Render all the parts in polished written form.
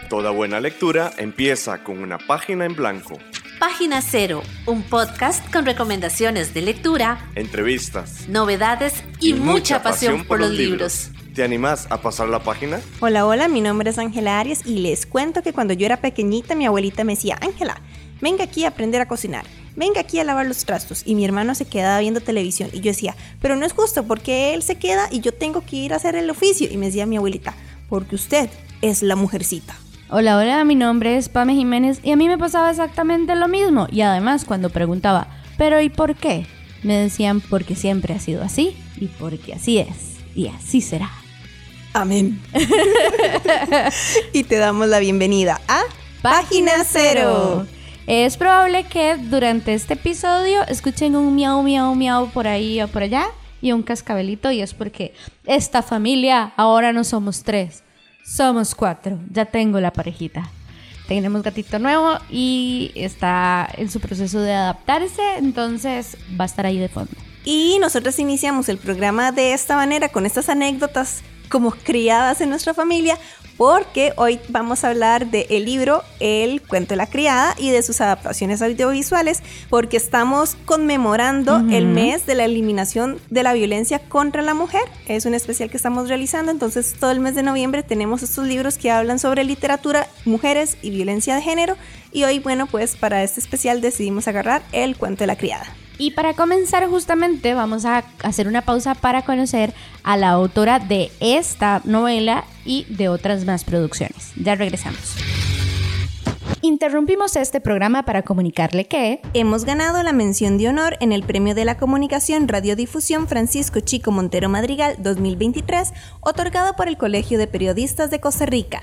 Toda buena lectura empieza con una página en blanco. Página Cero, un podcast con recomendaciones de lectura, entrevistas, novedades y mucha pasión por los libros. ¿Te animás a pasar la página? Hola, mi nombre es Ángela Arias y les cuento que cuando yo era pequeñita mi abuelita me decía: Ángela, venga aquí a aprender a cocinar, venga aquí a lavar los trastos, y mi hermano se quedaba viendo televisión y yo decía: pero no es justo, porque él se queda y yo tengo que ir a hacer el oficio, y me decía mi abuelita: porque usted es la mujercita. Hola, mi nombre es Pame Jiménez y a mí me pasaba exactamente lo mismo, y además cuando preguntaba ¿pero y por qué?, me decían: porque siempre ha sido así y porque así es y así será. Amén. Y te damos la bienvenida a Página Cero. Es probable que durante este episodio escuchen un miau, miau, miau por ahí o por allá y un cascabelito, y es porque esta familia ahora no somos 3, somos 4. Ya tengo la parejita. Tenemos gatito nuevo y está en su proceso de adaptarse, entonces va a estar ahí de fondo. Y nosotros iniciamos el programa de esta manera, con estas anécdotas como criadas en nuestra familia, porque hoy vamos a hablar del libro El cuento de la criada y de sus adaptaciones audiovisuales, porque estamos conmemorando el mes de la eliminación de la violencia contra la mujer. Es un especial que estamos realizando, entonces todo el mes de noviembre tenemos estos libros que hablan sobre literatura, mujeres y violencia de género, y hoy, bueno, pues para este especial decidimos agarrar El cuento de la criada. Y para comenzar, justamente vamos a hacer una pausa para conocer a la autora de esta novela y de otras más producciones. Ya regresamos. Interrumpimos este programa para comunicarle que hemos ganado la mención de honor en el Premio de la Comunicación Radiodifusión Francisco Chico Montero Madrigal 2023, otorgado por el Colegio de Periodistas de Costa Rica.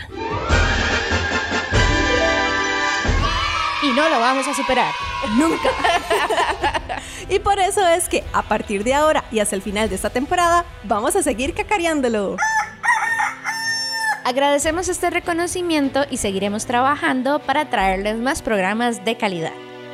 Y no lo vamos a superar. Nunca. Y por eso es que a partir de ahora y hasta el final de esta temporada vamos a seguir cacareándolo. Agradecemos este reconocimiento y seguiremos trabajando para traerles más programas de calidad.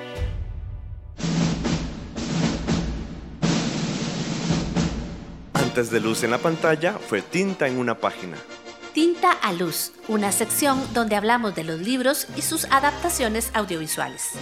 Antes de luz en la pantalla fue tinta en una página. Tinta a Luz, una sección donde hablamos de los libros y sus adaptaciones audiovisuales.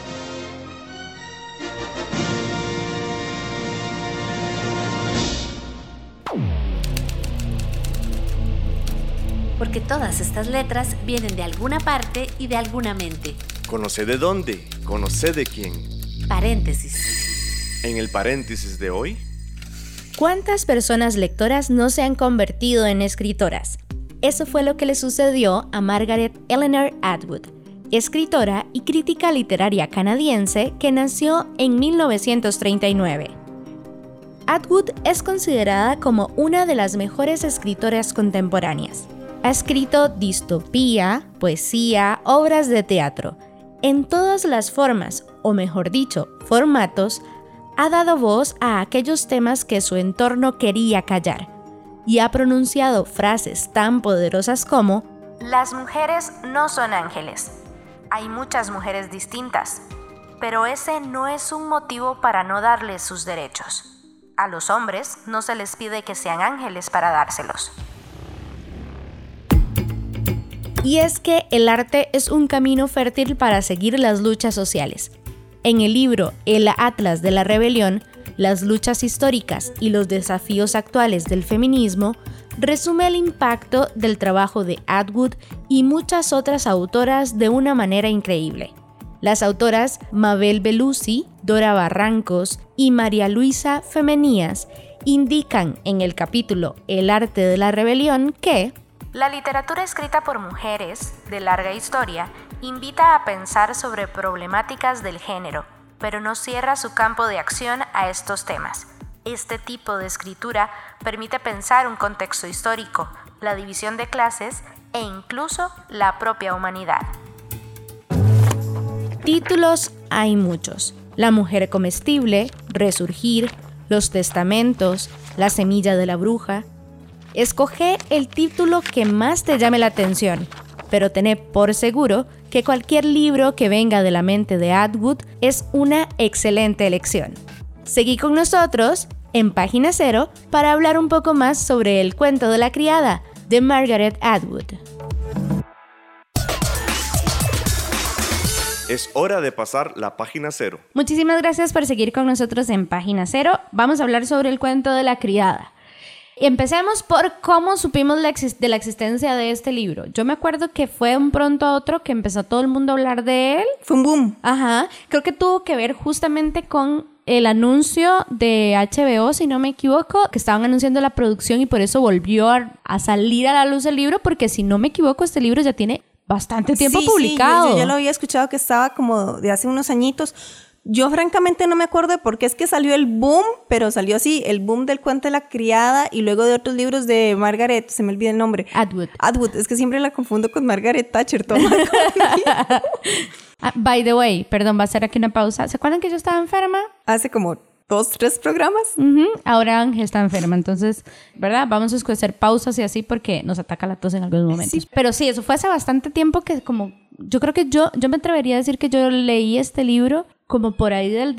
Porque todas estas letras vienen de alguna parte y de alguna mente. Conoce de dónde, conoce de quién. Paréntesis. En el paréntesis de hoy, ¿cuántas personas lectoras no se han convertido en escritoras? Eso fue lo que le sucedió a Margaret Eleanor Atwood, escritora y crítica literaria canadiense que nació en 1939. Atwood es considerada como una de las mejores escritoras contemporáneas. Ha escrito distopía, poesía, obras de teatro. En todas las formas, o mejor dicho, formatos, ha dado voz a aquellos temas que su entorno quería callar, y ha pronunciado frases tan poderosas como: las mujeres no son ángeles. Hay muchas mujeres distintas, pero ese no es un motivo para no darles sus derechos. A los hombres no se les pide que sean ángeles para dárselos. Y es que el arte es un camino fértil para seguir las luchas sociales. En el libro El Atlas de la Rebelión, las luchas históricas y los desafíos actuales del feminismo, resume el impacto del trabajo de Atwood y muchas otras autoras de una manera increíble. Las autoras Mabel Belusi, Dora Barrancos y María Luisa Femenías indican en el capítulo El Arte de la Rebelión que la literatura escrita por mujeres, de larga historia, invita a pensar sobre problemáticas del género, pero no cierra su campo de acción a estos temas. Este tipo de escritura permite pensar un contexto histórico, la división de clases e incluso la propia humanidad. Títulos hay muchos: La mujer comestible, Resurgir, Los testamentos, La semilla de la bruja. Escoge el título que más te llame la atención, pero tené por seguro que cualquier libro que venga de la mente de Atwood es una excelente elección. Seguí con nosotros en Página Cero para hablar un poco más sobre El cuento de la criada de Margaret Atwood. Es hora de pasar la página 0. Muchísimas gracias por seguir con nosotros en Página 0. Vamos a hablar sobre el cuento de la criada. Empecemos por cómo supimos de la existencia de este libro. Yo me acuerdo que fue un pronto a otro que empezó todo el mundo a hablar de él. Fue un boom. Ajá. Creo que tuvo que ver justamente con el anuncio de HBO, si no me equivoco, que estaban anunciando la producción y por eso volvió a salir a la luz el libro, porque si no me equivoco, este libro ya tiene bastante tiempo publicado. Sí, yo lo había escuchado que estaba como de hace unos añitos. Yo francamente no me acuerdo de por qué es que salió el boom, pero salió así, el boom del cuento de la criada y luego de otros libros de Margaret, se me olvida el nombre. Atwood, es que siempre la confundo con Margaret Thatcher. By the way, perdón, va a ser aquí una pausa. ¿Se acuerdan que yo estaba enferma? Hace como 2-3 programas. Ahora Ángel está enferma, entonces, ¿verdad? Vamos a hacer pausas y así porque nos ataca la tos en algunos momentos. Sí. Pero sí, eso fue hace bastante tiempo que como... Yo creo que yo me atrevería a decir que yo leí este libro como por ahí del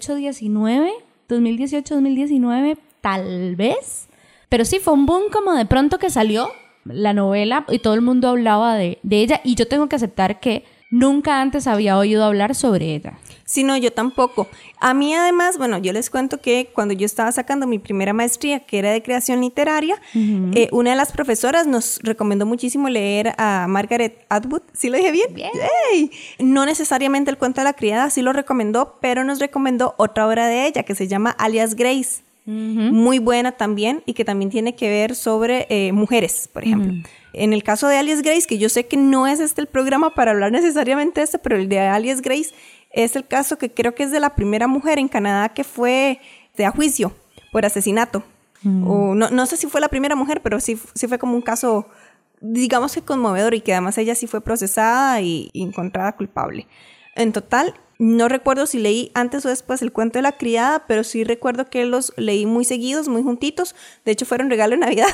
2018-2019, tal vez. Pero sí, fue un boom como de pronto que salió la novela y todo el mundo hablaba de ella. Y yo tengo que aceptar que nunca antes había oído hablar sobre ella. Sí, no, yo tampoco. A mí además, bueno, yo les cuento que cuando yo estaba sacando mi primera maestría, que era de creación literaria, una de las profesoras nos recomendó muchísimo leer a Margaret Atwood. ¿Sí lo dije bien? Bien. ¡Ey! No necesariamente el cuento de la criada, sí lo recomendó, pero nos recomendó otra obra de ella que se llama Alias Grace. Muy buena también y que también tiene que ver sobre mujeres, por ejemplo. En el caso de Alias Grace, que yo sé que no es el programa para hablar necesariamente de pero el de Alias Grace es el caso que creo que es de la primera mujer en Canadá que fue a juicio por asesinato. O no sé si fue la primera mujer, pero sí fue como un caso, digamos que conmovedor, y que además ella sí fue procesada y encontrada culpable. En total, no recuerdo si leí antes o después el cuento de la criada, pero sí recuerdo que los leí muy seguidos, muy juntitos. De hecho, fueron regalo de Navidad.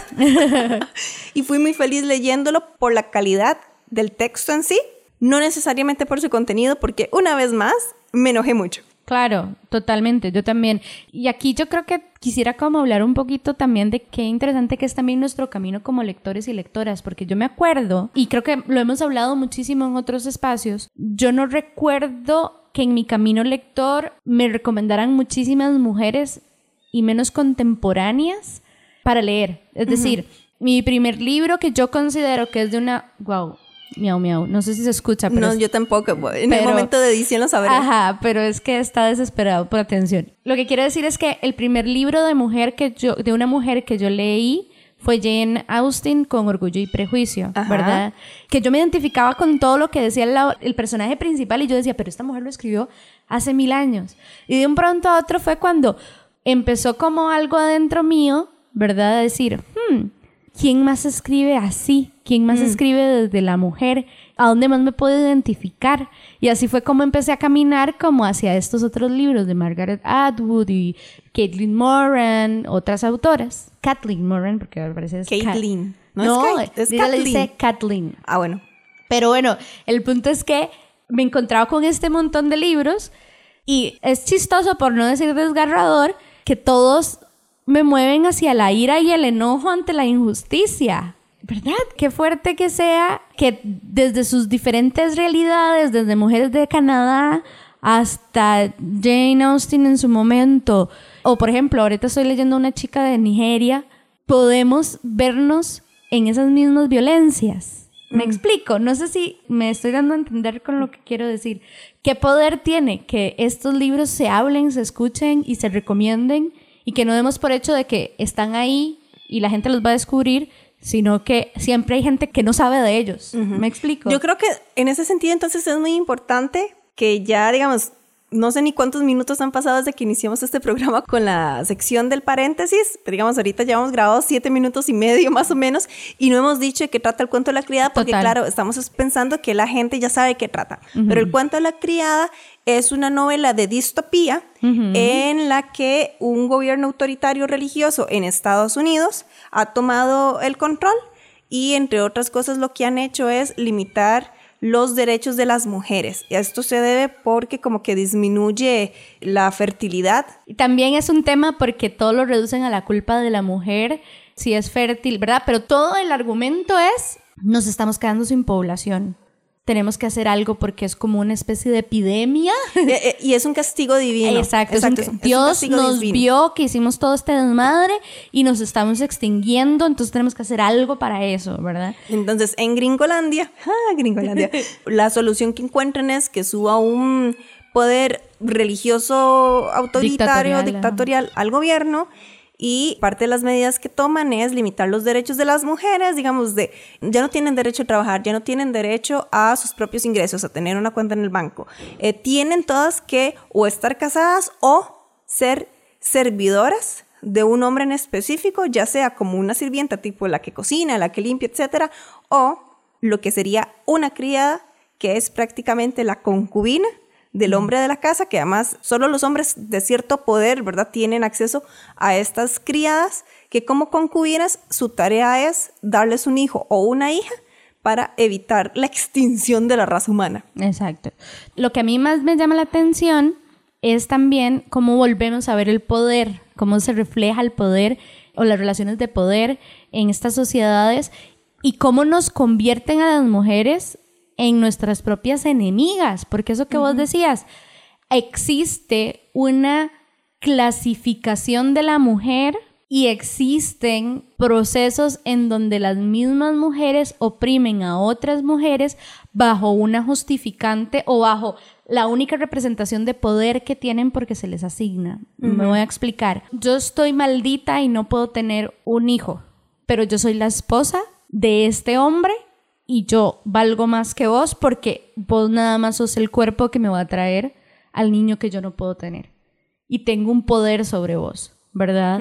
Y fui muy feliz leyéndolo por la calidad del texto en sí, no necesariamente por su contenido, porque una vez más me enojé mucho. Claro, totalmente, yo también. Y aquí yo creo que quisiera como hablar un poquito también de qué interesante que es también nuestro camino como lectores y lectoras, porque yo me acuerdo, y creo que lo hemos hablado muchísimo en otros espacios, yo no recuerdo que en mi camino lector me recomendaran muchísimas mujeres y menos contemporáneas para leer. Es decir, mi primer libro que yo considero que es de una... Wow, miau, miau. No sé si se escucha, pero... No, yo tampoco. En el momento de edición lo sabré. Ajá, pero es que está desesperado por atención. Lo que quiero decir es que el primer libro de una mujer que yo leí fue Jane Austen con Orgullo y Prejuicio, ¿verdad? Que yo me identificaba con todo lo que decía el personaje principal y yo decía, pero esta mujer lo escribió hace 1000 años. Y de un pronto a otro fue cuando empezó como algo adentro mío, ¿verdad? A decir, ¿quién más escribe así? ¿Quién más escribe desde la mujer? ¿A dónde más me puedo identificar? Y así fue como empecé a caminar como hacia estos otros libros de Margaret Atwood y Caitlin Moran, otras autoras. Kathleen Moran, porque me parece es Caitlin. No, es ella le Kathleen. dice Kathleen. Ah, bueno. Pero bueno, el punto es que me encontraba con este montón de libros y es chistoso, por no decir desgarrador, que todos me mueven hacia la ira y el enojo ante la injusticia. ¿Verdad? Qué fuerte que sea que desde sus diferentes realidades, desde mujeres de Canadá hasta Jane Austen en su momento, o por ejemplo, ahorita estoy leyendo una chica de Nigeria, podemos vernos en esas mismas violencias. ¿Me explico? No sé si me estoy dando a entender con lo que quiero decir. ¿Qué poder tiene que estos libros se hablen, se escuchen y se recomienden y que no demos por hecho de que están ahí y la gente los va a descubrir, sino que siempre hay gente que no sabe de ellos? ¿Me explico? Yo creo que en ese sentido entonces es muy importante que ya, digamos, no sé ni cuántos minutos han pasado desde que iniciamos este programa con la sección del paréntesis, pero digamos, ahorita ya hemos grabado 7 minutos y medio más o menos y no hemos dicho de qué trata el cuento de la criada porque claro, estamos pensando que la gente ya sabe de qué trata, pero el cuento de la criada es una novela de distopía en la que un gobierno autoritario religioso en Estados Unidos ha tomado el control y entre otras cosas lo que han hecho es limitar los derechos de las mujeres. Esto se debe porque como que disminuye la fertilidad. También es un tema porque todo lo reducen a la culpa de la mujer si es fértil, ¿verdad? Pero todo el argumento es, nos estamos quedando sin población. tenemos que hacer algo porque es como una especie de epidemia. Y es un castigo divino. Exacto. Dios nos vio que hicimos todo este desmadre y nos estamos extinguiendo, entonces tenemos que hacer algo para eso, ¿verdad? Entonces, en Gringolandia, la solución que encuentran es que suba un poder religioso autoritario, dictatorial al gobierno. Y parte de las medidas que toman es limitar los derechos de las mujeres, digamos, ya no tienen derecho a trabajar, ya no tienen derecho a sus propios ingresos, a tener una cuenta en el banco. Tienen todas que o estar casadas o ser servidoras de un hombre en específico, ya sea como una sirvienta, tipo la que cocina, la que limpia, etcétera, o lo que sería una criada, que es prácticamente la concubina del hombre de la casa, que además solo los hombres de cierto poder, ¿verdad?, tienen acceso a estas criadas, que como concubinas su tarea es darles un hijo o una hija para evitar la extinción de la raza humana. Exacto. Lo que a mí más me llama la atención es también cómo volvemos a ver el poder, cómo se refleja el poder o las relaciones de poder en estas sociedades y cómo nos convierten a las mujeres en nuestras propias enemigas, porque eso que vos decías, existe una clasificación de la mujer y existen procesos en donde las mismas mujeres oprimen a otras mujeres bajo una justificante o bajo la única representación de poder que tienen porque se les asigna. Me voy a explicar. Yo estoy maldita y no puedo tener un hijo, pero yo soy la esposa de este hombre y yo valgo más que vos porque vos nada más sos el cuerpo que me va a traer al niño que yo no puedo tener. Y tengo un poder sobre vos, ¿verdad?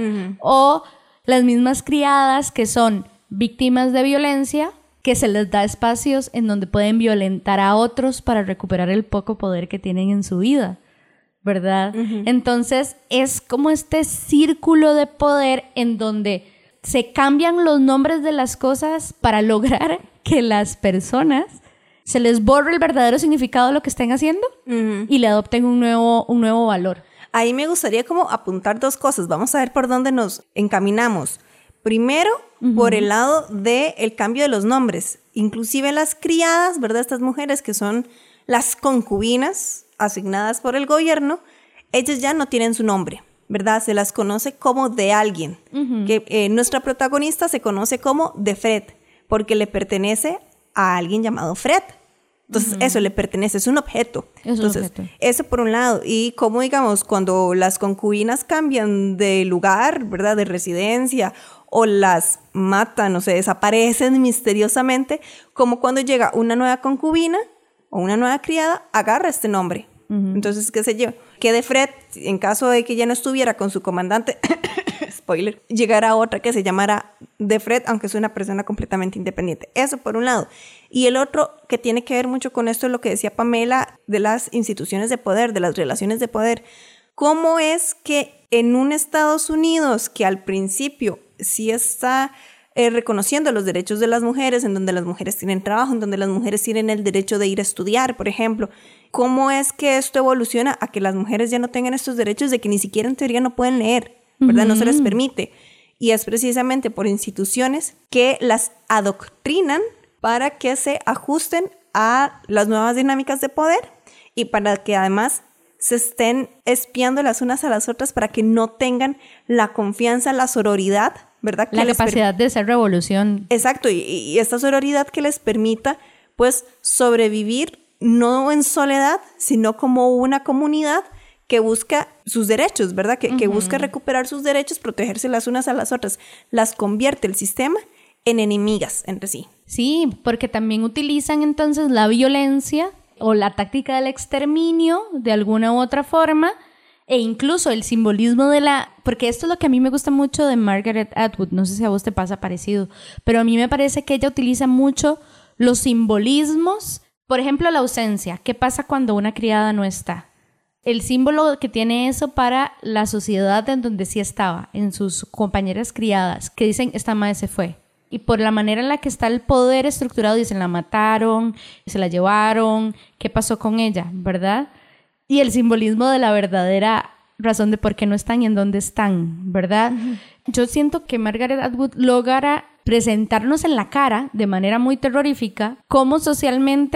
O las mismas criadas que son víctimas de violencia, que se les da espacios en donde pueden violentar a otros para recuperar el poco poder que tienen en su vida, ¿verdad? Entonces es como este círculo de poder en donde se cambian los nombres de las cosas para lograr que las personas se les borre el verdadero significado de lo que estén haciendo y le adopten un nuevo valor. Ahí me gustaría como apuntar dos cosas. Vamos a ver por dónde nos encaminamos. Primero, por el lado del cambio de los nombres. Inclusive las criadas, ¿verdad? Estas mujeres que son las concubinas asignadas por el gobierno, ellas ya no tienen su nombre, ¿verdad? Se las conoce como de alguien. Que nuestra protagonista se conoce como de Fred, porque le pertenece a alguien llamado Fred. Entonces, eso le pertenece, es un objeto. Entonces, eso por un lado. Y como, digamos, cuando las concubinas cambian de lugar, ¿verdad?, de residencia, o las matan o se desaparecen misteriosamente, como cuando llega una nueva concubina o una nueva criada, agarra este nombre. Entonces, qué sé yo, que de Fred, en caso de que ya no estuviera con su comandante, spoiler, llegara otra que se llamara de Fred, aunque es una persona completamente independiente. Eso por un lado. Y el otro que tiene que ver mucho con esto es lo que decía Pamela de las instituciones de poder, de las relaciones de poder. ¿Cómo es que en un Estados Unidos que al principio sí está reconociendo los derechos de las mujeres, en donde las mujeres tienen trabajo, en donde las mujeres tienen el derecho de ir a estudiar, por ejemplo, cómo es que esto evoluciona a que las mujeres ya no tengan estos derechos de que ni siquiera en teoría no pueden leer, ¿verdad? No se les permite. Y es precisamente por instituciones que las adoctrinan para que se ajusten a las nuevas dinámicas de poder y para que además se estén espiando las unas a las otras para que no tengan la confianza, la sororidad, ¿verdad? La capacidad de hacer revolución. Exacto, y esta sororidad que les permita, pues, sobrevivir no en soledad, sino como una comunidad que busca sus derechos, ¿verdad? Que busca recuperar sus derechos, protegerse las unas a las otras. Las convierte el sistema en enemigas entre sí. Sí, porque también utilizan entonces la violencia o la táctica del exterminio de alguna u otra forma, e incluso el simbolismo de porque esto es lo que a mí me gusta mucho de Margaret Atwood, no sé si a vos te pasa parecido, pero a mí me parece que ella utiliza mucho los simbolismos, por ejemplo la ausencia. ¿Qué pasa cuando una criada no está? El símbolo que tiene eso para la sociedad en donde sí estaba, en sus compañeras criadas, que dicen, esta madre se fue. Y por la manera en la que está el poder estructurado, dicen, la mataron, se la llevaron, ¿qué pasó con ella? ¿Verdad? Y el simbolismo de la verdadera razón de por qué no están y en dónde están, ¿verdad? Yo siento que Margaret Atwood logra presentarnos en la cara, de manera muy terrorífica, cómo socialmente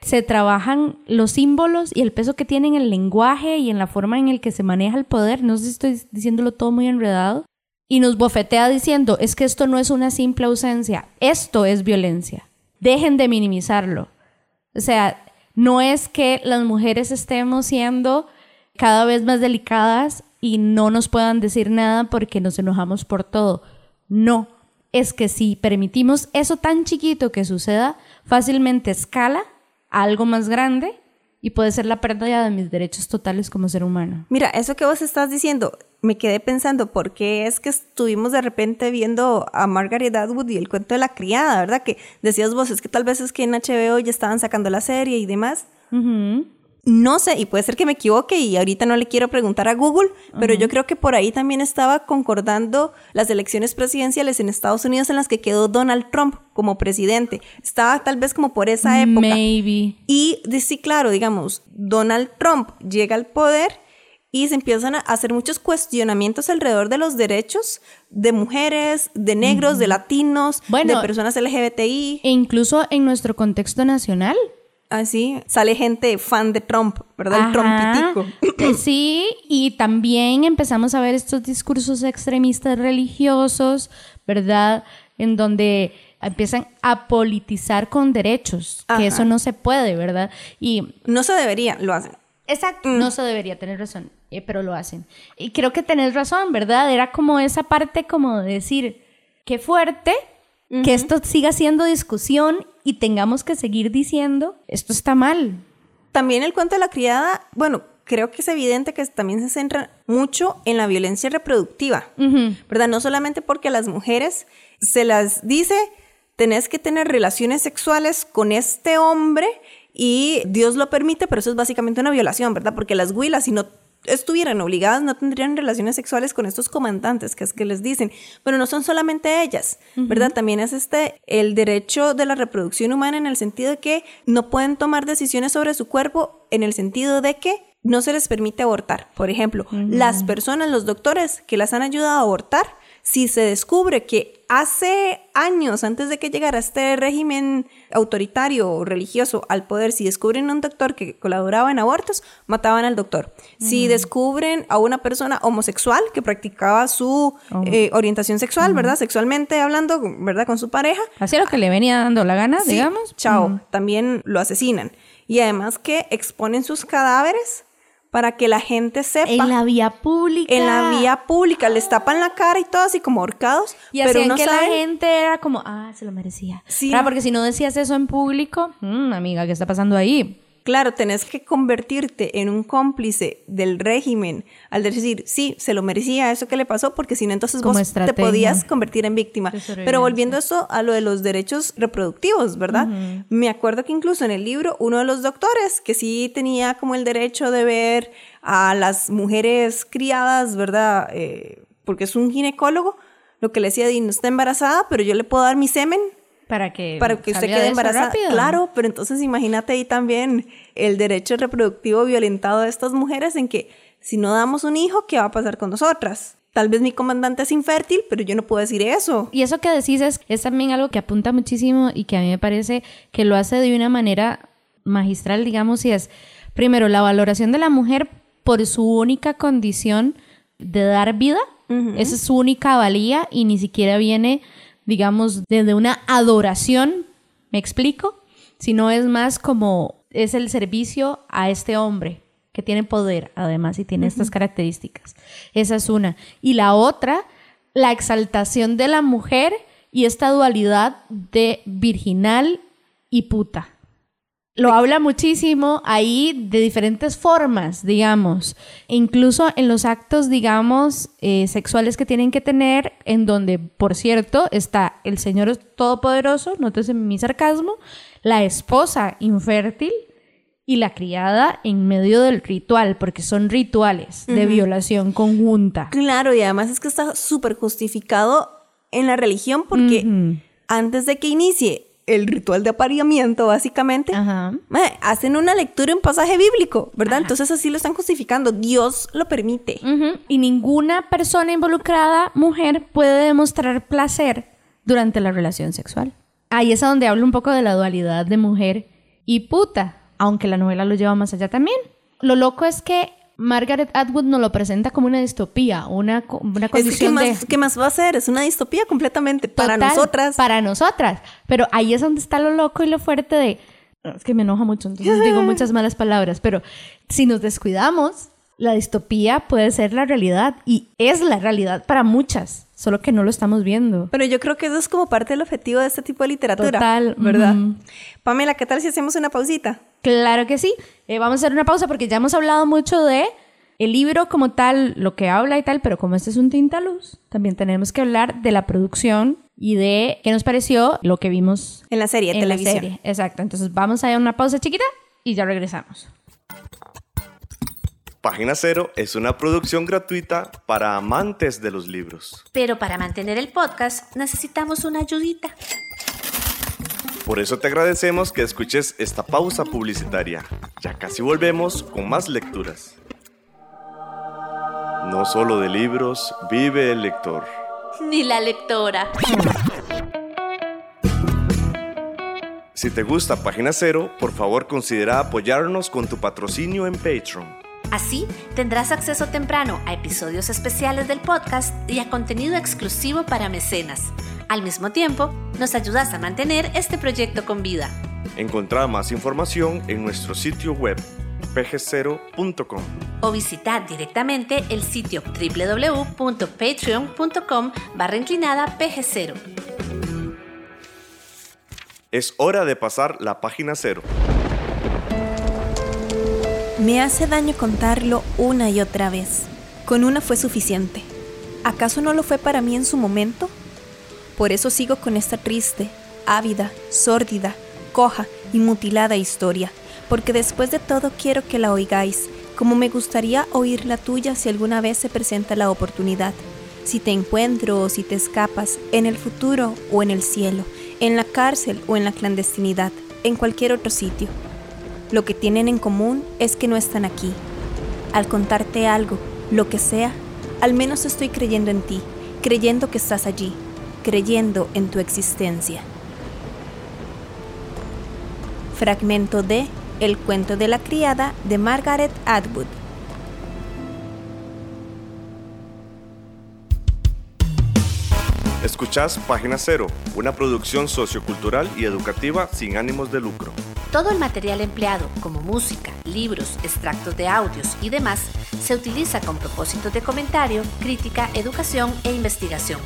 se trabajan los símbolos y el peso que tienen el lenguaje y en la forma en el que se maneja el poder. No sé si estoy diciéndolo todo muy enredado. Y nos bofetea diciendo, es que esto no es una simple ausencia, esto es violencia. Dejen de minimizarlo. O sea, no es que las mujeres estemos siendo cada vez más delicadas y no nos puedan decir nada porque nos enojamos por todo. No, es que si permitimos eso tan chiquito que suceda, fácilmente escala a algo más grande y puede ser la pérdida de mis derechos totales como ser humano. Mira, eso que vos estás diciendo, me quedé pensando, ¿por qué es que estuvimos de repente viendo a Margaret Atwood y el cuento de la criada, verdad? Que decías vos, es que tal vez es que en HBO ya estaban sacando la serie y demás. Uh-huh. No sé, y puede ser que me equivoque y ahorita no le quiero preguntar a Google, pero yo creo que por ahí también estaba concordando las elecciones presidenciales en Estados Unidos en las que quedó Donald Trump como presidente. Estaba tal vez como por esa época. Maybe. Y sí, claro, digamos, Donald Trump llega al poder y se empiezan a hacer muchos cuestionamientos alrededor de los derechos de mujeres, de negros, de latinos, de personas LGBTI. E incluso en nuestro contexto nacional. Así, sale gente fan de Trump, ¿verdad? Ajá. El Trumpitico. Sí, y también empezamos a ver estos discursos extremistas religiosos, ¿verdad? En donde empiezan a politizar con derechos, Ajá. que eso no se puede, ¿verdad? Y no se debería, lo hacen. exacto, no se debería, tener razón, pero lo hacen. Y creo que tenés razón, ¿verdad? Era como esa parte como de decir, qué fuerte que esto siga siendo discusión y tengamos que seguir diciendo, esto está mal. También el cuento de la criada, bueno, creo que es evidente que también se centra mucho en la violencia reproductiva, ¿verdad? No solamente porque a las mujeres se las dice, tenés que tener relaciones sexuales con este hombre y Dios lo permite, pero eso es básicamente una violación, ¿verdad? Porque las huilas, si no estuvieran obligadas, no tendrían relaciones sexuales con estos comandantes, que es que les dicen, pero no son solamente ellas, ¿verdad? También es el derecho de la reproducción humana en el sentido de que no pueden tomar decisiones sobre su cuerpo, en el sentido de que no se les permite abortar. Por ejemplo, las personas, los doctores que las han ayudado a abortar, si se descubre que hace años, antes de que llegara este régimen autoritario o religioso al poder, si descubren a un doctor que colaboraba en abortos, mataban al doctor. Si descubren a una persona homosexual que practicaba su orientación sexual, ¿verdad? Sexualmente hablando, ¿verdad? Con su pareja. Hacía lo que le venía dando la gana, Sí, digamos. chao. También lo asesinan. Y además que exponen sus cadáveres para que la gente sepa. En la vía pública. En la vía pública. Les tapan la cara y todo así como ahorcados. Y pero hacían no que saben. la gente era como, se lo merecía. Sí. Claro, porque si no decías eso en público, amiga, ¿qué está pasando ahí? Claro, tenés que convertirte en un cómplice del régimen al decir, sí, se lo merecía eso que le pasó, porque si no, entonces Como vos estrategia te podías convertir en víctima. Pero volviendo eso a lo de los derechos reproductivos, ¿verdad? Me acuerdo que incluso en el libro, uno de los doctores, que sí tenía como el derecho de ver a las mujeres criadas, ¿verdad? Porque es un ginecólogo, lo que le decía, no está embarazada, pero yo le puedo dar mi semen Para que usted quede embarazada. Claro, pero entonces imagínate ahí también el derecho reproductivo violentado de estas mujeres en que si no damos un hijo, ¿qué va a pasar con nosotras? Tal vez mi comandante es infértil, pero yo no puedo decir eso. Y eso que decís es también algo que apunta muchísimo y que a mí me parece que lo hace de una manera magistral, digamos, y es, primero, la valoración de la mujer por su única condición de dar vida. Esa es su única valía y ni siquiera viene, digamos, desde una adoración, ¿me explico? Sino es más como es el servicio a este hombre que tiene poder, además, y tiene estas características. Esa es una. Y la otra, la exaltación de la mujer y esta dualidad de virginal y puta. Lo habla muchísimo ahí de diferentes formas, digamos. E incluso en los actos, digamos, sexuales que tienen que tener, en donde, por cierto, está el Señor Todopoderoso, nótese mi sarcasmo, la esposa infértil y la criada en medio del ritual, porque son rituales de violación conjunta. Claro, y además es que está súper justificado en la religión porque antes de que inicie el ritual de apareamiento, básicamente, hacen una lectura en pasaje bíblico, ¿verdad? Entonces así lo están justificando. Dios lo permite. Y ninguna persona involucrada, mujer, puede demostrar placer durante la relación sexual. Ahí es a donde hablo un poco de la dualidad de mujer Y puta, aunque la novela lo lleva más allá también. Lo loco es que Margaret Atwood nos lo presenta como una distopía, una condición ¿Qué más va a ser? Es una distopía completamente para nosotras. Para nosotras. Pero ahí es donde está lo loco y lo fuerte de... Es que me enoja mucho, entonces digo muchas malas palabras, pero si nos descuidamos, la distopía puede ser la realidad y es la realidad para muchas, solo que no lo estamos viendo. Pero yo creo que eso es como parte del objetivo de este tipo de literatura. Total. ¿Verdad? Pamela, ¿qué tal si hacemos una pausita? Claro que sí. Vamos a hacer una pausa porque ya hemos hablado mucho de el libro como tal, lo que habla y tal, pero como este es un tintaluz, también tenemos que hablar de la producción y de qué nos pareció lo que vimos en la serie de televisión. La serie. Exacto. Entonces vamos a ir a una pausa chiquita y ya regresamos. Página Cero es una producción gratuita para amantes de los libros. Pero para mantener el podcast necesitamos una ayudita. Por eso te agradecemos que escuches esta pausa publicitaria. Ya casi volvemos con más lecturas. No solo de libros vive el lector. Ni la lectora. Si te gusta Página Cero, por favor considera apoyarnos con tu patrocinio en Patreon. Así tendrás acceso temprano a episodios especiales del podcast y a contenido exclusivo para mecenas. Al mismo tiempo, nos ayudas a mantener este proyecto con vida. Encontrá más información en nuestro sitio web pg0.com o visitar directamente el sitio www.patreon.com/pg0. Es hora de pasar la página cero. Me hace daño contarlo una y otra vez. Con una fue suficiente. ¿Acaso no lo fue para mí en su momento? Por eso sigo con esta triste, ávida, sórdida, coja y mutilada historia. Porque después de todo quiero que la oigáis, como me gustaría oír la tuya si alguna vez se presenta la oportunidad. Si te encuentro o si te escapas, en el futuro o en el cielo, en la cárcel o en la clandestinidad, en cualquier otro sitio. Lo que tienen en común es que no están aquí. Al contarte algo, lo que sea, al menos estoy creyendo en ti, creyendo que estás allí, creyendo en tu existencia. Fragmento de El cuento de la criada de Margaret Atwood. Escuchás Página Cero, una producción sociocultural y educativa sin ánimos de lucro. Todo el material empleado, como música, libros, extractos de audios y demás, se utiliza con propósitos de comentario, crítica, educación e investigación.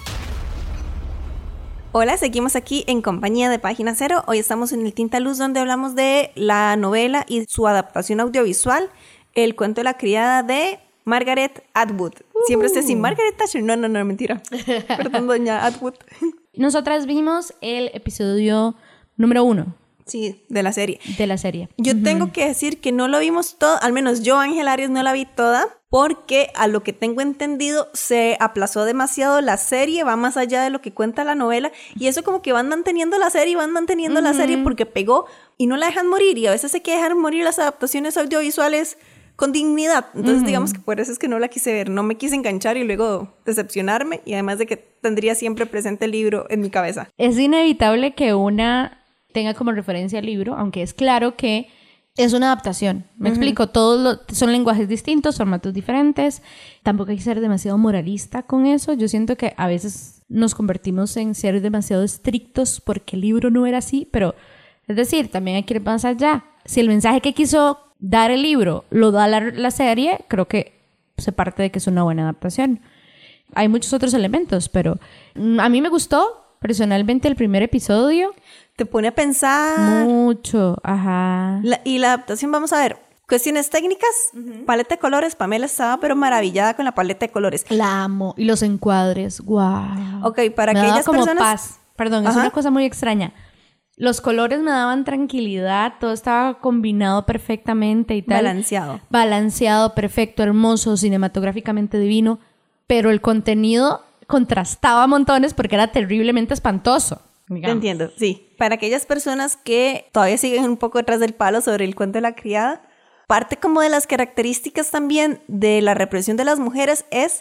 Hola, seguimos aquí en compañía de Página Cero. Hoy estamos en el Tintaluz, donde hablamos de la novela y su adaptación audiovisual, El cuento de la criada de Margaret Atwood. Siempre estoy sin Margaret Thatcher. No, mentira. Perdón, doña Atwood. Nosotras vimos el episodio número 1. Sí, de la serie. De la serie. Yo tengo que decir que no lo vimos todo, al menos yo, Ángel Arias, no la vi toda, porque a lo que tengo entendido se aplazó demasiado la serie, va más allá de lo que cuenta la novela, y eso como que van manteniendo la serie porque pegó y no la dejan morir, y a veces hay que dejar morir las adaptaciones audiovisuales con dignidad. Entonces digamos que por eso es que no la quise ver, no me quise enganchar y luego decepcionarme, y además de que tendría siempre presente el libro en mi cabeza. Es inevitable que una tenga como referencia el libro, aunque es claro que es una adaptación. Me explico, son lenguajes distintos, formatos diferentes. Tampoco hay que ser demasiado moralista con eso. Yo siento que a veces nos convertimos en ser demasiado estrictos porque el libro no era así, pero es decir, también hay que ir más allá. Si el mensaje que quiso dar el libro lo da la serie, creo que se parte de que es una buena adaptación. Hay muchos otros elementos, pero a mí me gustó personalmente el primer episodio. Te pone a pensar mucho, ajá. Y la adaptación, vamos a ver, cuestiones técnicas, paleta de colores. Pamela estaba pero maravillada con la paleta de colores. La amo. Y los encuadres, wow. Ok, para me aquellas como personas... paz. Perdón, es una cosa muy extraña. Los colores me daban tranquilidad, todo estaba combinado perfectamente y tal. Balanceado, perfecto, hermoso, cinematográficamente divino. Pero el contenido contrastaba montones porque era terriblemente espantoso. Te entiendo, sí. Para aquellas personas que todavía siguen un poco detrás del palo sobre el cuento de la criada, parte como de las características también de la represión de las mujeres es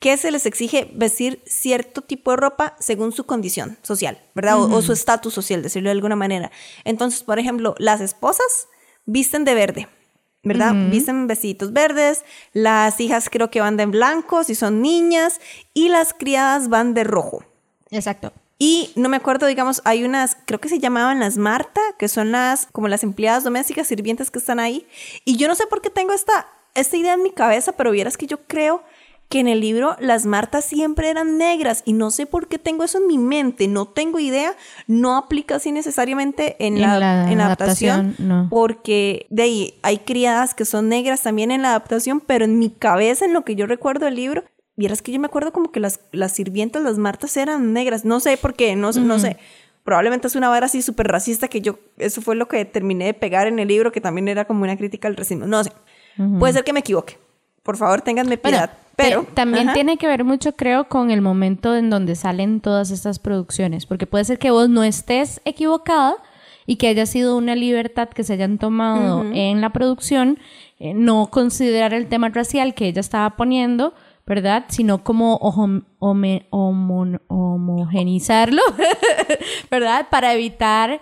que se les exige vestir cierto tipo de ropa según su condición social, ¿verdad? O su estatus social, decirlo de alguna manera. Entonces, por ejemplo, las esposas visten de verde, ¿verdad? Visten vestiditos verdes, las hijas creo que van de blanco si son niñas, y las criadas van de rojo. Exacto. Y no me acuerdo, digamos, hay unas, creo que se llamaban las Marta, que son como las empleadas domésticas, sirvientes que están ahí. Y yo no sé por qué tengo esta idea en mi cabeza, pero vieras que yo creo que en el libro las Martas siempre eran negras y no sé por qué tengo eso en mi mente, no tengo idea, no aplica así necesariamente en la adaptación, no. Porque de ahí hay criadas que son negras también en la adaptación, pero en mi cabeza, en lo que yo recuerdo del libro, vieras que yo me acuerdo como que las sirvientas, las Martas eran negras, no sé por qué, no sé. Probablemente es una vara así súper racista que eso fue lo que terminé de pegar en el libro, que también era como una crítica al racismo, no sé. Puede ser que me equivoque. Por favor, ténganme piedad. Bueno, pero también tiene que ver mucho, creo, con el momento en donde salen todas estas producciones. Porque puede ser que vos no estés equivocada y que haya sido una libertad que se hayan tomado en la producción, no considerar el tema racial que ella estaba poniendo, ¿verdad? Sino como homogenizarlo, ¿verdad? Para evitar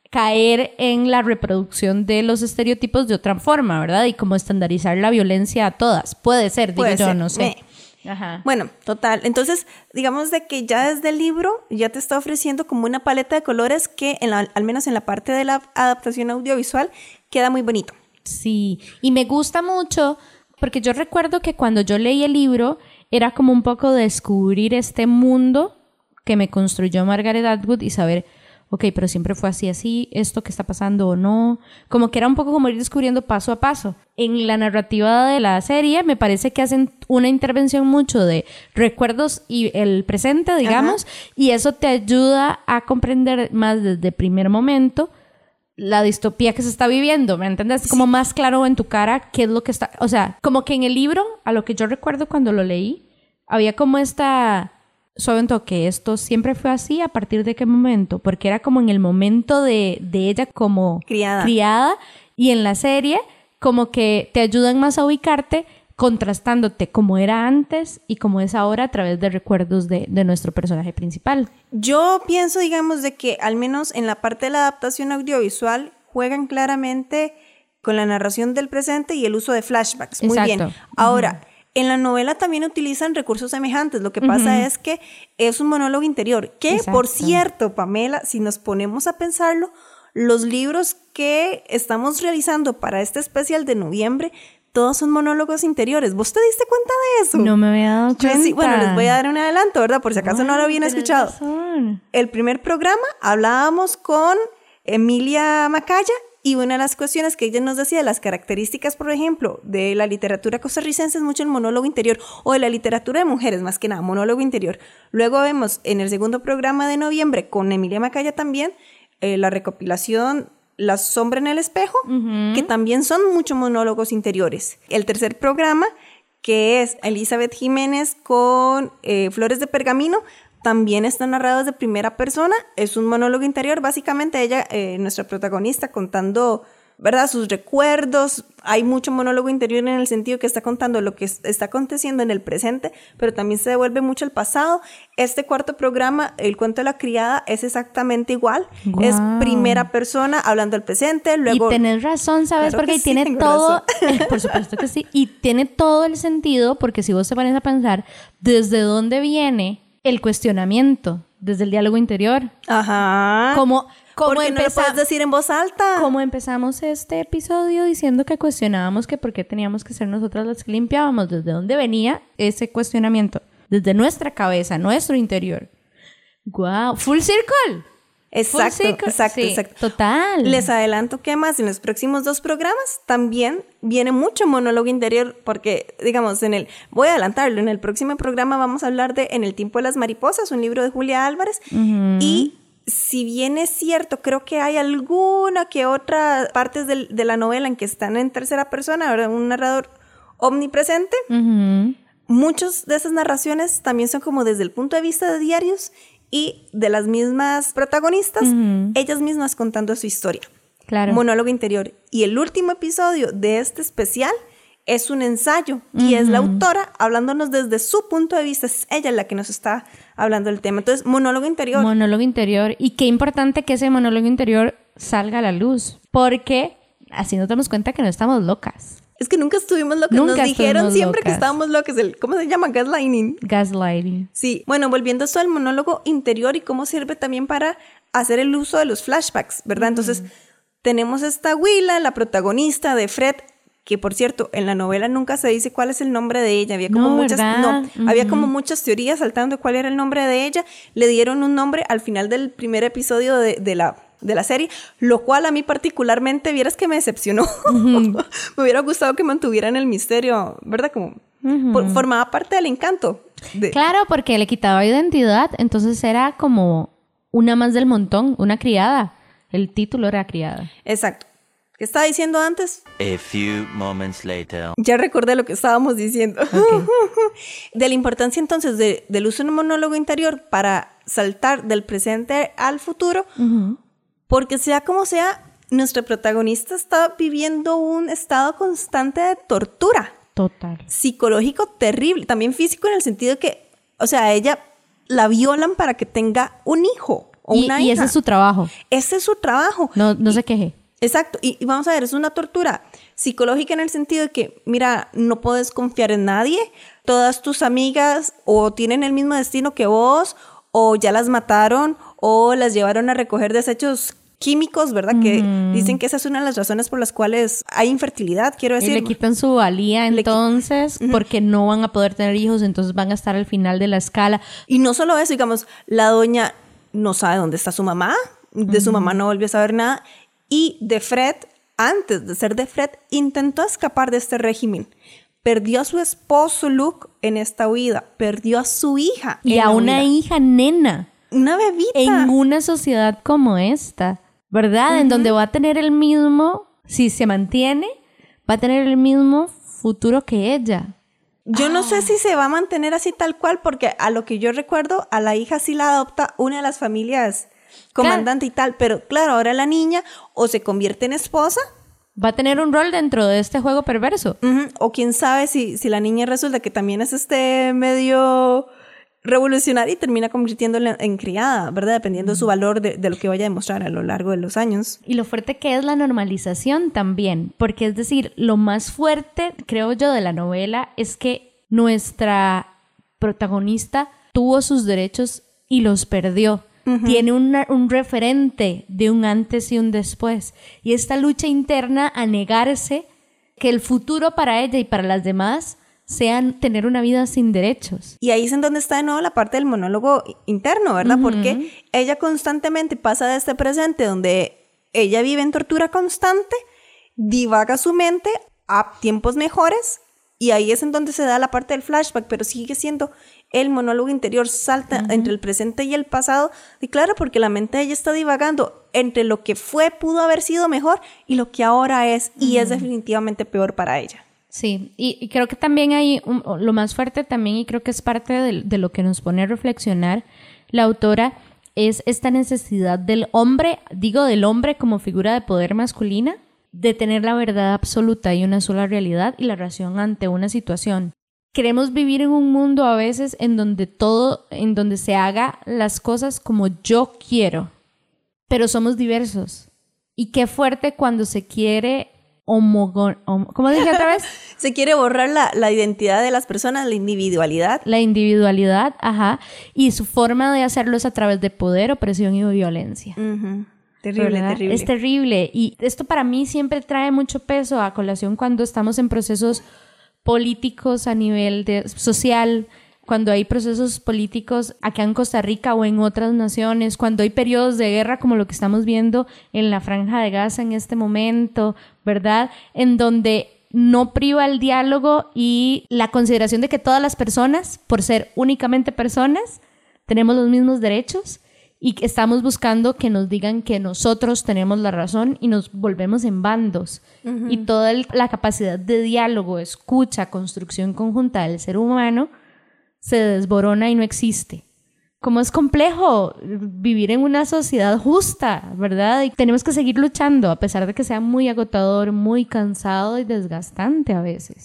caer en la reproducción de los estereotipos de otra forma, ¿verdad? Y como estandarizar la violencia a todas. Puede ser, digo yo, no sé. Ajá. Bueno, total. Entonces, digamos de que ya desde el libro ya te está ofreciendo como una paleta de colores que al menos en la parte de la adaptación audiovisual queda muy bonito. Sí, y me gusta mucho porque yo recuerdo que cuando yo leí el libro era como un poco descubrir este mundo que me construyó Margaret Atwood y saber, ok, pero siempre fue así, esto que está pasando o no. Como que era un poco como ir descubriendo paso a paso. En la narrativa de la serie me parece que hacen una intervención mucho de recuerdos y el presente, digamos, y eso te ayuda a comprender más desde el primer momento la distopía que se está viviendo, ¿me entiendes? Como más claro en tu cara qué es lo que está... O sea, como que en el libro, a lo que yo recuerdo cuando lo leí, había como esta... Suave un toque, esto siempre fue así, ¿a partir de qué momento? Porque era como en el momento de ella como criada y en la serie como que te ayudan más a ubicarte contrastándote como era antes y como es ahora a través de recuerdos de nuestro personaje principal. Yo pienso, digamos, de que al menos en la parte de la adaptación audiovisual juegan claramente con la narración del presente y el uso de flashbacks. Muy bien. Ahora... En la novela también utilizan recursos semejantes. Lo que pasa es que es un monólogo interior. Que, por cierto, Pamela, si nos ponemos a pensarlo, los libros que estamos realizando para este especial de noviembre, todos son monólogos interiores. ¿Vos te diste cuenta de eso? No me había dado cuenta. Sí, bueno, les voy a dar un adelanto, ¿verdad? Por si acaso no lo habían escuchado. Razón. El primer programa hablábamos con Emilia Macaya. Y una de las cuestiones que ella nos decía, de las características, por ejemplo, de la literatura costarricense es mucho el monólogo interior, o de la literatura de mujeres, más que nada, monólogo interior. Luego vemos en el segundo programa de noviembre, con Emilia Macaya también, la recopilación La sombra en el espejo, que también son muchos monólogos interiores. El tercer programa, que es Elizabeth Jiménez con Flores de Pergamino, también está narrado de primera persona, es un monólogo interior, básicamente ella, nuestra protagonista, contando, ¿verdad?, sus recuerdos. Hay mucho monólogo interior en el sentido que está contando lo que está aconteciendo en el presente, pero también se devuelve mucho al pasado. Este cuarto programa, El cuento de la criada, es exactamente igual. Wow. Es primera persona hablando del presente, luego... Y tenés razón, ¿sabes? Claro, porque sí, tiene todo... Por supuesto que sí. Y tiene todo el sentido, porque si vos te pones a pensar desde dónde viene el cuestionamiento, desde el diálogo interior. Ajá. Como porque no lo puedes decir en voz alta. Como empezamos este episodio diciendo que cuestionábamos que por qué teníamos que ser nosotras las que limpiábamos, desde dónde venía ese cuestionamiento, desde nuestra cabeza, nuestro interior. ¡Guau! ¡Full circle! Exacto, exacto. Total. Les adelanto que más en los próximos 2 programas también viene mucho monólogo interior, porque, digamos, voy a adelantarlo, en el próximo programa vamos a hablar de En el tiempo de las mariposas, un libro de Julia Álvarez, y si bien es cierto, creo que hay alguna que otra partes de la novela en que están en tercera persona, ¿verdad? Un narrador omnipresente. Muchas de esas narraciones también son como desde el punto de vista de diarios y de las mismas protagonistas, ellas mismas contando su historia. Claro. Monólogo interior. Y el último episodio de este especial es un ensayo y es la autora hablándonos desde su punto de vista. Es ella la que nos está hablando del tema. Entonces, monólogo interior. Monólogo interior. Y qué importante que ese monólogo interior salga a la luz, porque así nos damos cuenta que no estamos locas. Es que nunca estuvimos locas. Nos dijeron siempre que estábamos locas. ¿Cómo se llama? Gaslighting. Gaslighting. Sí. Bueno, volviendo a esto del monólogo interior y cómo sirve también para hacer el uso de los flashbacks, ¿verdad? Entonces, tenemos esta Willa, la protagonista de Fred, que por cierto, en la novela nunca se dice cuál es el nombre de ella. Había como había como muchas teorías saltando de cuál era el nombre de ella. Le dieron un nombre al final del primer episodio de la serie, lo cual a mí particularmente, vieras que me decepcionó. Me hubiera gustado que mantuvieran el misterio, ¿verdad? Como formaba parte del encanto. Claro, porque le quitaba identidad, entonces era como una más del montón, una criada. El título era criada. Exacto. ¿Qué estaba diciendo antes? A few moments later. Ya recordé lo que estábamos diciendo. Okay. De la importancia entonces del uso de un monólogo interior para saltar del presente al futuro, porque sea como sea, nuestra protagonista está viviendo un estado constante de tortura. Total. Psicológico terrible, también físico en el sentido de que, o sea, a ella la violan para que tenga un hijo o una hija. Y ese es su trabajo. Ese es su trabajo. No se queje. Exacto, y vamos a ver, es una tortura psicológica en el sentido de que, mira, no puedes confiar en nadie, todas tus amigas o tienen el mismo destino que vos, o ya las mataron, o las llevaron a recoger desechos químicos, ¿verdad? Que dicen que esa es una de las razones por las cuales hay infertilidad, quiero decir. Y le quitan su valía entonces, porque no van a poder tener hijos, entonces van a estar al final de la escala. Y no solo eso, digamos, la doña no sabe dónde está su mamá, de su mamá no volvió a saber nada. Y de Fred, antes de ser de Fred, intentó escapar de este régimen. Perdió a su esposo Luke en esta huida. Perdió a su hija. Y a una hija nena. Una bebita. En una sociedad como esta, ¿verdad? En donde va a tener el mismo, si se mantiene, va a tener el mismo futuro que ella. Yo no sé si se va a mantener así tal cual, porque a lo que yo recuerdo, a la hija sí la adopta una de las familias comandante y tal, pero claro, ahora la niña o se convierte en esposa. Va a tener un rol dentro de este juego perverso. O quién sabe si la niña resulta que también es medio revolucionaria y termina convirtiéndola en criada, ¿verdad? Dependiendo de su valor de lo que vaya a demostrar a lo largo de los años. Y lo fuerte que es la normalización también, porque es decir, lo más fuerte, creo yo, de la novela es que nuestra protagonista tuvo sus derechos y los perdió. Tiene un referente de un antes y un después. Y esta lucha interna a negarse que el futuro para ella y para las demás sean tener una vida sin derechos. Y ahí es en donde está de nuevo la parte del monólogo interno, ¿verdad? Porque ella constantemente pasa de este presente donde ella vive en tortura constante, divaga su mente a tiempos mejores, y ahí es en donde se da la parte del flashback, pero sigue siendo el monólogo interior, salta entre el presente y el pasado. Y claro, porque la mente de ella está divagando entre lo que fue, pudo haber sido mejor, y lo que ahora es, y es definitivamente peor para ella. Sí, y creo que también hay lo más fuerte también, y creo que es parte de lo que nos pone a reflexionar la autora, es esta necesidad del hombre como figura de poder masculina, de tener la verdad absoluta y una sola realidad y la razón ante una situación. Queremos vivir en un mundo a veces en donde se haga las cosas como yo quiero, pero somos diversos. Y qué fuerte cuando se quiere ¿cómo dije otra vez? Se quiere borrar la identidad de las personas, la individualidad. La individualidad, y su forma de hacerlo es a través de poder, opresión y violencia. Terrible, ¿verdad? Terrible. Es terrible. Y esto para mí siempre trae mucho peso a colación cuando estamos en procesos políticos a nivel social, cuando hay procesos políticos acá en Costa Rica o en otras naciones, cuando hay periodos de guerra como lo que estamos viendo en la Franja de Gaza en este momento, ¿verdad? En donde no priva el diálogo y la consideración de que todas las personas, por ser únicamente personas, tenemos los mismos derechos. Y que estamos buscando que nos digan que nosotros tenemos la razón y nos volvemos en bandos. Y toda la capacidad de diálogo, escucha, construcción conjunta del ser humano se desborona y no existe. Como es complejo vivir en una sociedad justa, ¿verdad? Y tenemos que seguir luchando a pesar de que sea muy agotador, muy cansado y desgastante a veces.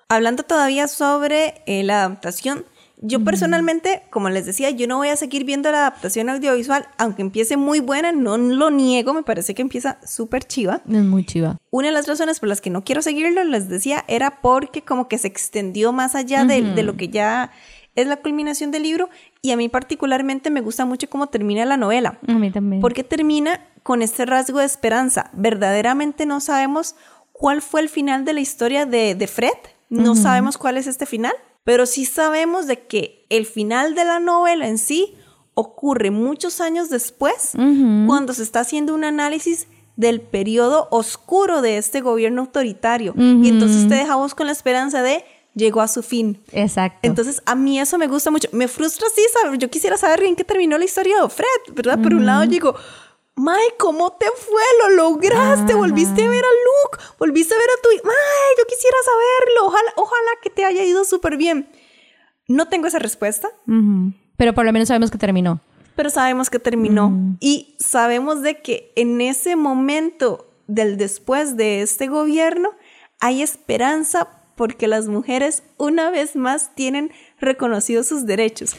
Hablando todavía sobre la adaptación, yo personalmente, como les decía, yo no voy a seguir viendo la adaptación audiovisual, aunque empiece muy buena, no lo niego, me parece que empieza súper chiva. Es muy chiva. Una de las razones por las que no quiero seguirlo, les decía, era porque como que se extendió más allá de lo que ya es la culminación del libro, y a mí particularmente me gusta mucho cómo termina la novela. A mí también. Porque termina con este rasgo de esperanza. Verdaderamente no sabemos cuál fue el final de la historia de Fred, no sabemos cuál es este final, pero sí sabemos de que el final de la novela en sí ocurre muchos años después, cuando se está haciendo un análisis del periodo oscuro de este gobierno autoritario. Y entonces te deja vos con la esperanza de llegó a su fin. Exacto. Entonces, a mí eso me gusta mucho. Me frustra, sí, saber, yo quisiera saber en qué terminó la historia de Fred, ¿verdad? Por un lado digo, Mae, ¿cómo te fue? Lo lograste, volviste a ver a Luke, volviste a ver a tu... Mae, yo quisiera saberlo, ojalá que te haya ido súper bien. No tengo esa respuesta. Pero por lo menos sabemos que terminó. Pero sabemos que terminó. Y sabemos de que en ese momento del después de este gobierno hay esperanza porque las mujeres una vez más tienen reconocidos sus derechos.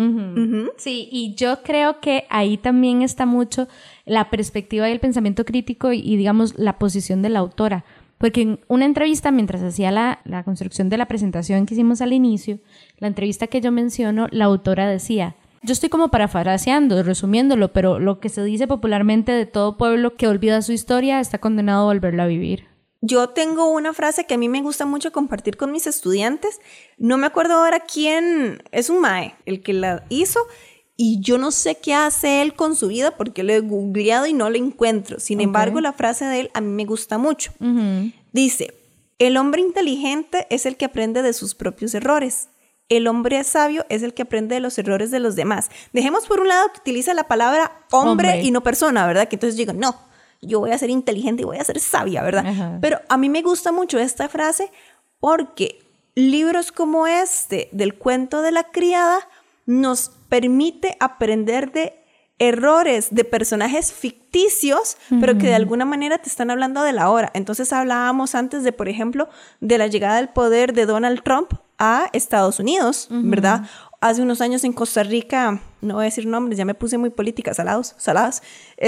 Sí, y yo creo que ahí también está mucho la perspectiva y el pensamiento crítico y digamos la posición de la autora, porque en una entrevista mientras hacía la construcción de la presentación que hicimos al inicio, la entrevista que yo menciono, la autora decía, yo estoy como parafraseando, resumiéndolo, pero lo que se dice popularmente de todo pueblo que olvida su historia está condenado a volverla a vivir. Yo tengo una frase que a mí me gusta mucho compartir con mis estudiantes. No me acuerdo ahora quién, es un mae el que la hizo y yo no sé qué hace él con su vida porque lo he googleado y no lo encuentro. Sin embargo, la frase de él a mí me gusta mucho. Dice, el hombre inteligente es el que aprende de sus propios errores. El hombre sabio es el que aprende de los errores de los demás. Dejemos por un lado que utiliza la palabra hombre y no persona, ¿verdad? Que entonces digo, no. Yo voy a ser inteligente y voy a ser sabia, ¿verdad? Pero a mí me gusta mucho esta frase porque libros como este del cuento de la criada nos permite aprender de errores de personajes ficticios, pero que de alguna manera te están hablando de la hora. Entonces hablábamos antes de, por ejemplo, de la llegada del poder de Donald Trump a Estados Unidos, ¿verdad? Hace unos años en Costa Rica, no voy a decir nombres, ya me puse muy política, saladas. Saladas.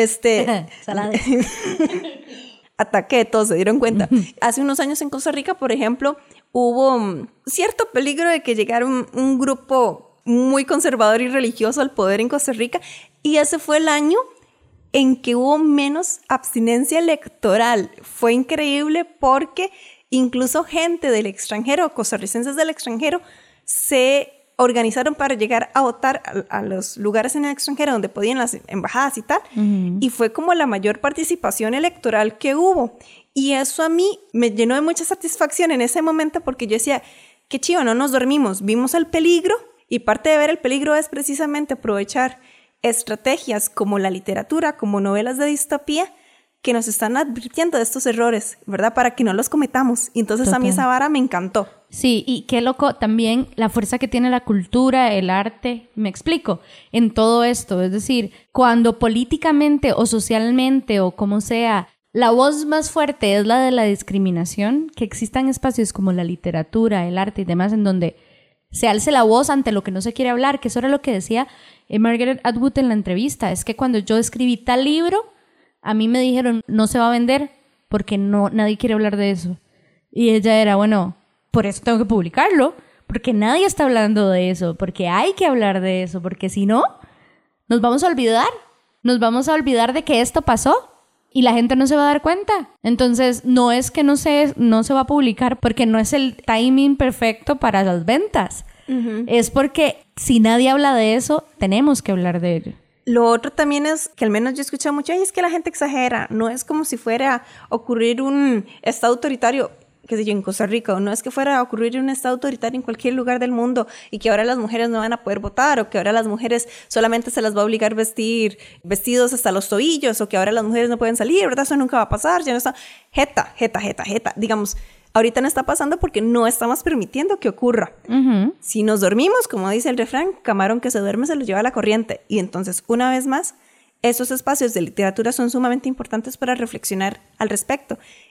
Ataque de todos, se dieron cuenta. Hace unos años en Costa Rica, por ejemplo, hubo cierto peligro de que llegara un grupo muy conservador y religioso al poder en Costa Rica, y ese fue el año en que hubo menos abstinencia electoral. Fue increíble porque incluso gente del extranjero, costarricenses del extranjero, se organizaron para llegar a votar a los lugares en el extranjero donde podían las embajadas y tal, y fue como la mayor participación electoral que hubo. Y eso a mí me llenó de mucha satisfacción en ese momento porque yo decía, qué chido, no nos dormimos, vimos el peligro, y parte de ver el peligro es precisamente aprovechar estrategias como la literatura, como novelas de distopía, que nos están advirtiendo de estos errores, ¿verdad? Para que no los cometamos. Y entonces a mí esa vara me encantó. Sí, y qué loco también la fuerza que tiene la cultura, el arte, me explico, en todo esto. Es decir, cuando políticamente o socialmente o como sea, la voz más fuerte es la de la discriminación, que existan espacios como la literatura, el arte y demás en donde se alce la voz ante lo que no se quiere hablar, que eso era lo que decía Margaret Atwood en la entrevista. Es que cuando yo escribí tal libro, a mí me dijeron, no se va a vender porque nadie quiere hablar de eso. Y ella era, bueno, por eso tengo que publicarlo, porque nadie está hablando de eso, porque hay que hablar de eso, porque si no, nos vamos a olvidar de que esto pasó y la gente no se va a dar cuenta. Entonces, no es que no se va a publicar porque no es el timing perfecto para las ventas. Es porque si nadie habla de eso, tenemos que hablar de ello. Lo otro también es que al menos yo escuché mucho, es que la gente exagera, no es como si fuera a ocurrir un estado autoritario, qué sé yo, en Costa Rica, o no es que fuera a ocurrir un estado autoritario en cualquier lugar del mundo y que ahora las mujeres no van a poder votar, o que ahora las mujeres solamente se las va a obligar a vestir vestidos hasta los tobillos, o que ahora las mujeres no pueden salir, ¿verdad? Eso nunca va a pasar, ya no está, jeta, digamos. Ahorita no está pasando porque no estamos permitiendo que ocurra. Si nos dormimos, como dice el refrán, camarón que se duerme se lo lleva la corriente. Y entonces, una vez más, esos espacios de literatura son sumamente importantes para reflexionar al respecto.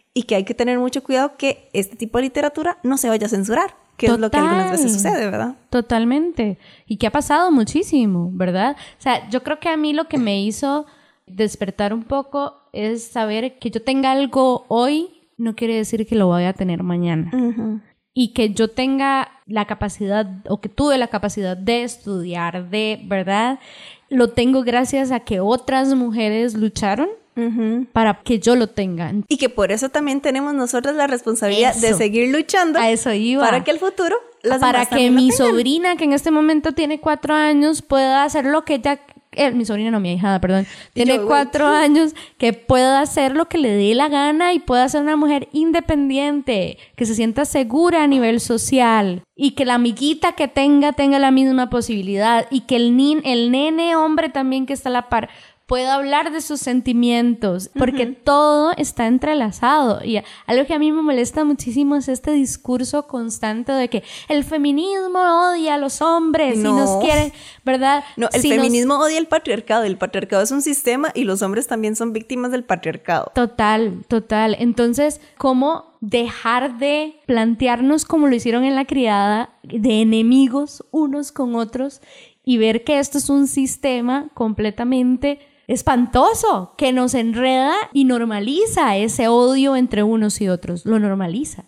y que hay que tener mucho cuidado que este tipo de literatura no se vaya a censurar, que es lo que algunas veces sucede, ¿verdad? Totalmente. Y que ha pasado muchísimo, ¿verdad? O sea, yo creo que a mí lo que me hizo despertar un poco es saber que yo tenga algo hoy no quiere decir que lo voy a tener mañana. Uh-huh. Y que yo tenga la capacidad, o que tuve la capacidad de estudiar, de, ¿verdad? Lo tengo gracias a que otras mujeres lucharon para que yo lo tenga. Y que por eso también tenemos nosotros la responsabilidad de seguir luchando. A eso iba. Para que el futuro para que mi sobrina, que en este momento tiene 4 años, pueda hacer lo que ella... mi sobrina no, mi ahijada, perdón. Tiene 4 años, que pueda hacer lo que le dé la gana y pueda ser una mujer independiente, que se sienta segura a nivel social y que la amiguita que tenga la misma posibilidad y que el nene hombre también que está a la par pueda hablar de sus sentimientos, porque todo está entrelazado. Y algo que a mí me molesta muchísimo es este discurso constante de que el feminismo odia a los hombres y nos quieren, ¿verdad? No, el feminismo odia el patriarcado es un sistema y los hombres también son víctimas del patriarcado. Total. Entonces, ¿cómo dejar de plantearnos, como lo hicieron en La Criada, de enemigos unos con otros y ver que esto es un sistema completamente espantoso, que nos enreda y normaliza ese odio entre unos y otros, lo normaliza.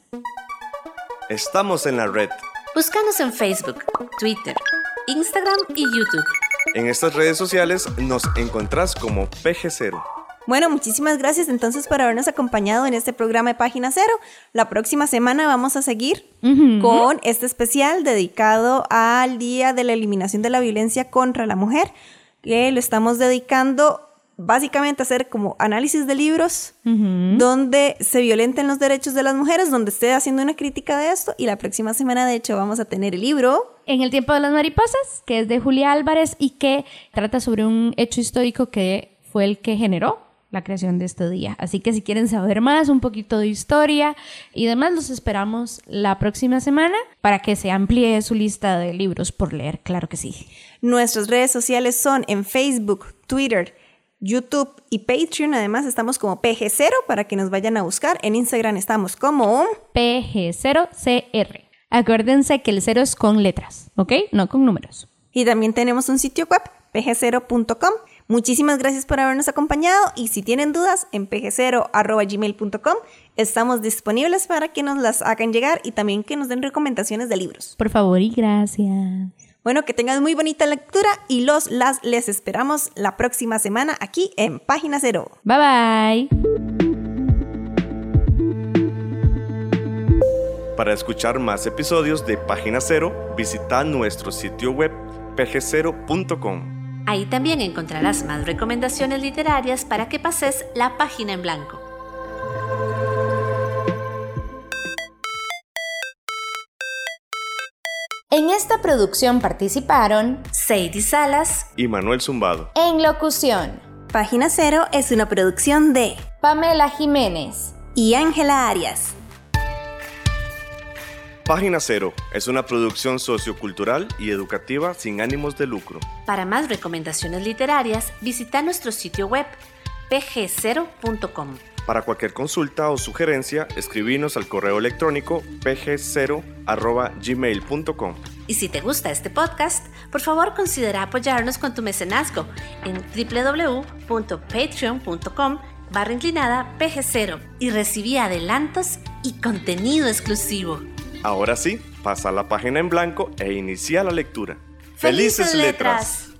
Estamos en la red. Búscanos en Facebook, Twitter, Instagram y YouTube. En estas redes sociales nos encontrás como PG0. Bueno, muchísimas gracias entonces por habernos acompañado en este programa de Página Cero. La próxima semana vamos a seguir con este especial dedicado al Día de la Eliminación de la Violencia contra la Mujer, que lo estamos dedicando básicamente a hacer como análisis de libros donde se violenten los derechos de las mujeres, donde esté haciendo una crítica de esto. Y la próxima semana, de hecho, vamos a tener el libro En el tiempo de las mariposas, que es de Julia Álvarez y que trata sobre un hecho histórico que fue el que generó la creación de este día. Así que si quieren saber más, un poquito de historia y demás, los esperamos la próxima semana para que se amplíe su lista de libros por leer, claro que sí. Nuestras redes sociales son en Facebook, Twitter, YouTube y Patreon. Además estamos como PG0 para que nos vayan a buscar. En Instagram estamos como PG0CR. Acuérdense que el 0 es con letras, ¿ok? No con números. Y también tenemos un sitio web, pg0.com. Muchísimas gracias por habernos acompañado y si tienen dudas, en pg0@gmail.com estamos disponibles para que nos las hagan llegar y también que nos den recomendaciones de libros. Por favor y gracias. Bueno, que tengan muy bonita lectura y les esperamos la próxima semana aquí en Página Cero. Bye bye. Para escuchar más episodios de Página Cero, visita nuestro sitio web pg0.com. Ahí también encontrarás más recomendaciones literarias para que pases la página en blanco. En esta producción participaron Sadie Salas y Manuel Zumbado. en locución Página Cero es una producción de Pamela Jiménez y Ángela Arias. Página Cero es una producción sociocultural y educativa sin ánimos de lucro. Para más recomendaciones literarias, visita nuestro sitio web pg0.com. Para cualquier consulta o sugerencia, escribinos al correo electrónico pg0@gmail.com. Y si te gusta este podcast, por favor considera apoyarnos con tu mecenazgo en www.patreon.com/PG0 y recibí adelantos y contenido exclusivo. Ahora sí, pasa la página en blanco e inicia la lectura. ¡Felices letras!